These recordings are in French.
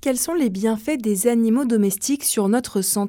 Quels sont les bienfaits des animaux domestiques sur notre santé ?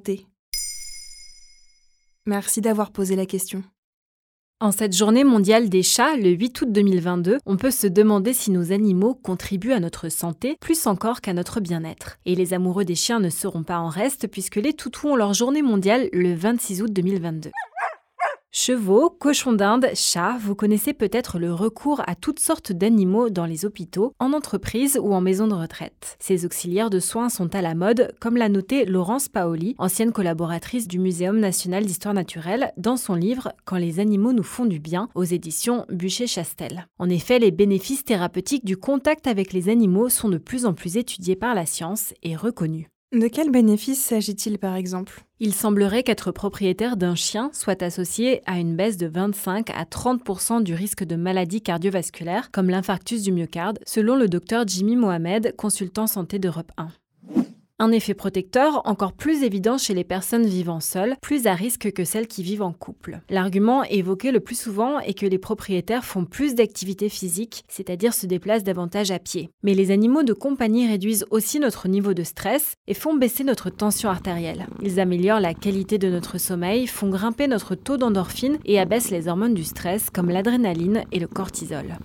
Merci d'avoir posé la question. En cette journée mondiale des chats, le 8 août 2022, on peut se demander si nos animaux contribuent à notre santé plus encore qu'à notre bien-être. Et les amoureux des chiens ne seront pas en reste puisque les toutous ont leur journée mondiale le 26 août 2022. Chevaux, cochons d'Inde, chats, vous connaissez peut-être le recours à toutes sortes d'animaux dans les hôpitaux, en entreprise ou en maison de retraite. Ces auxiliaires de soins sont à la mode, comme l'a noté Laurence Paoli, ancienne collaboratrice du Muséum national d'histoire naturelle, dans son livre « Quand les animaux nous font du bien » aux éditions Buchet-Chastel. En effet, les bénéfices thérapeutiques du contact avec les animaux sont de plus en plus étudiés par la science et reconnus. De quels bénéfices s'agit-il par exemple ? Il semblerait qu'être propriétaire d'un chien soit associé à une baisse de 25 à 30% du risque de maladies cardiovasculaires comme l'infarctus du myocarde, selon le docteur Jimmy Mohamed, consultant santé d'Europe 1. Un effet protecteur encore plus évident chez les personnes vivant seules, plus à risque que celles qui vivent en couple. L'argument évoqué le plus souvent est que les propriétaires font plus d'activité physique, c'est-à-dire se déplacent davantage à pied. Mais les animaux de compagnie réduisent aussi notre niveau de stress et font baisser notre tension artérielle. Ils améliorent la qualité de notre sommeil, font grimper notre taux d'endorphine et abaissent les hormones du stress comme l'adrénaline et le cortisol.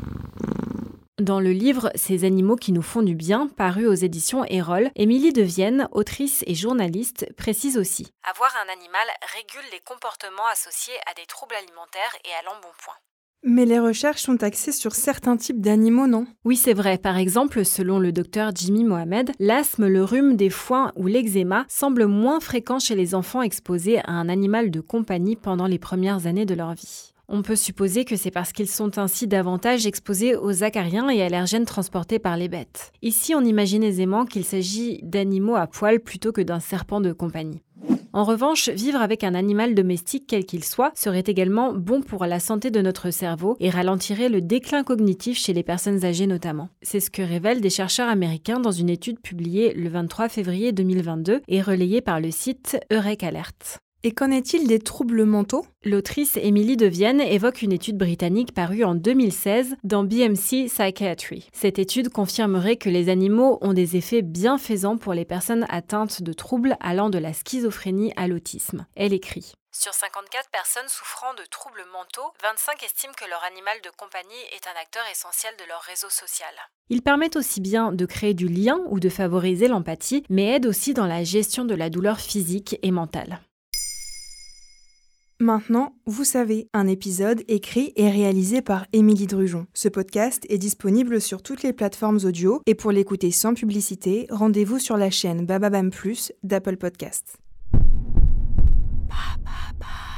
Dans le livre « Ces animaux qui nous font du bien », paru aux éditions Erol, Émilie de Vienne, autrice et journaliste, précise aussi « Avoir un animal régule les comportements associés à des troubles alimentaires et à l'embonpoint. » Mais les recherches sont axées sur certains types d'animaux, non ? Oui, c'est vrai. Par exemple, selon le docteur Jimmy Mohamed, l'asthme, le rhume des foins ou l'eczéma semblent moins fréquents chez les enfants exposés à un animal de compagnie pendant les premières années de leur vie. On peut supposer que c'est parce qu'ils sont ainsi davantage exposés aux acariens et allergènes transportés par les bêtes. Ici, on imagine aisément qu'il s'agit d'animaux à poil plutôt que d'un serpent de compagnie. En revanche, vivre avec un animal domestique quel qu'il soit serait également bon pour la santé de notre cerveau et ralentirait le déclin cognitif chez les personnes âgées notamment. C'est ce que révèlent des chercheurs américains dans une étude publiée le 23 février 2022 et relayée par le site EurekAlert. Et qu'en est-il des troubles mentaux ? L'autrice Émilie de Vienne évoque une étude britannique parue en 2016 dans BMC Psychiatry. Cette étude confirmerait que les animaux ont des effets bienfaisants pour les personnes atteintes de troubles allant de la schizophrénie à l'autisme. Elle écrit « Sur 54 personnes souffrant de troubles mentaux, 25 estiment que leur animal de compagnie est un acteur essentiel de leur réseau social. » Ils permettent aussi bien de créer du lien ou de favoriser l'empathie, mais aident aussi dans la gestion de la douleur physique et mentale. Maintenant, vous savez, un épisode écrit et réalisé par Émilie Drujon. Ce podcast est disponible sur toutes les plateformes audio et pour l'écouter sans publicité, rendez-vous sur la chaîne Bababam Plus d'Apple Podcasts.